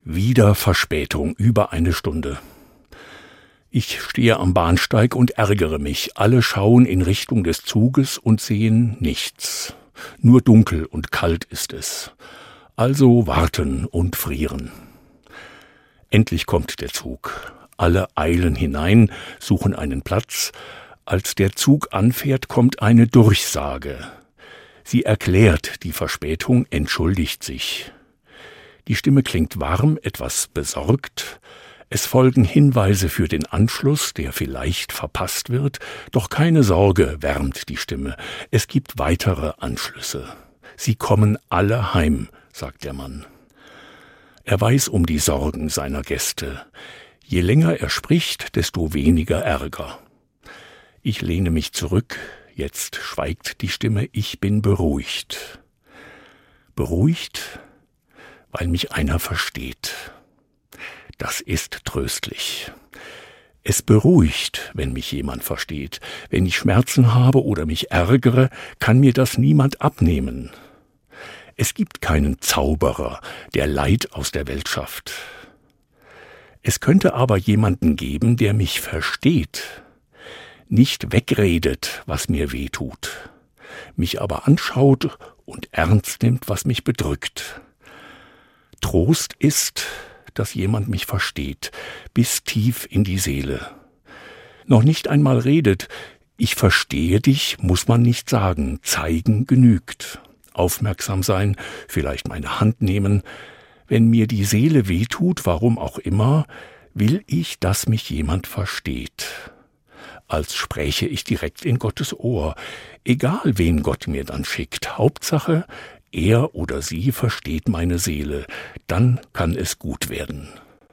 Wieder Verspätung, über eine Stunde. Ich stehe am Bahnsteig und ärgere mich. Alle schauen in Richtung des Zuges und sehen nichts. Nur dunkel und kalt ist es. Also warten und frieren. Endlich kommt der Zug. Alle eilen hinein, suchen einen Platz. Als der Zug anfährt, kommt eine Durchsage. Sie erklärt die Verspätung, entschuldigt sich. Die Stimme klingt warm, etwas besorgt. Es folgen Hinweise für den Anschluss, der vielleicht verpasst wird. Doch keine Sorge, wärmt die Stimme. Es gibt weitere Anschlüsse. Sie kommen alle heim, sagt der Mann. Er weiß um die Sorgen seiner Gäste. Je länger er spricht, desto weniger Ärger. Ich lehne mich zurück. Jetzt schweigt die Stimme. Ich bin beruhigt. Beruhigt, weil mich einer versteht. Das ist tröstlich. Es beruhigt, wenn mich jemand versteht. Wenn ich Schmerzen habe oder mich ärgere, kann mir das niemand abnehmen. Es gibt keinen Zauberer, der Leid aus der Welt schafft. Es könnte aber jemanden geben, der mich versteht, nicht wegredet, was mir weh tut, mich aber anschaut und ernst nimmt, was mich bedrückt. Trost ist, dass jemand mich versteht, bis tief in die Seele. Noch nicht einmal redet, ich verstehe dich, muss man nicht sagen, zeigen genügt. Aufmerksam sein, vielleicht meine Hand nehmen. Wenn mir die Seele wehtut, warum auch immer, will ich, dass mich jemand versteht. Als spräche ich direkt in Gottes Ohr, egal wen Gott mir dann schickt. Hauptsache, er oder sie versteht meine Seele, dann kann es gut werden.